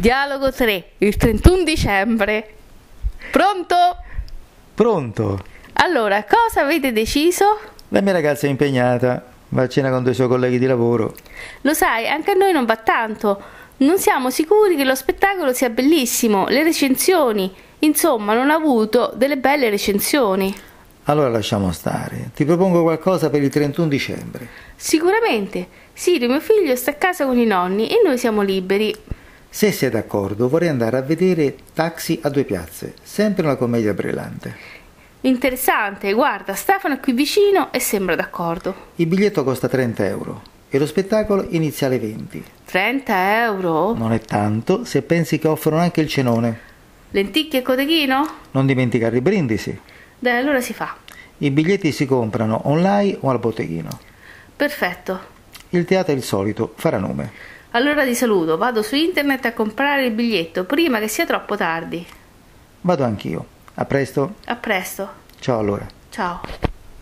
Dialogo 3, il 31 dicembre. Pronto? Pronto? Allora, cosa avete deciso? La mia ragazza è impegnata, va a cena con dei suoi colleghi di lavoro. Lo sai, anche a noi non va tanto. Non siamo sicuri che lo spettacolo sia bellissimo, le recensioni. Insomma, non ha avuto delle belle recensioni. Allora lasciamo stare. Ti propongo qualcosa per il 31 dicembre. Sicuramente. Sirio, mio figlio, sta a casa con i nonni e noi siamo liberi. Se sei d'accordo, vorrei andare a vedere Taxi a due piazze, sempre una commedia brillante. Interessante, guarda, Stefano è qui vicino e sembra d'accordo. Il biglietto costa 30 euro e lo spettacolo inizia alle 20. 30 euro? Non è tanto se pensi che offrono anche il cenone. Lenticchie e cotechino? Non dimenticare i brindisi. Dai, allora si fa. I biglietti si comprano online o al botteghino. Perfetto. Il teatro è il solito, farà nome. Allora ti saluto, vado su internet a comprare il biglietto prima che sia troppo tardi. Vado anch'io. A presto. A presto. Ciao allora. Ciao.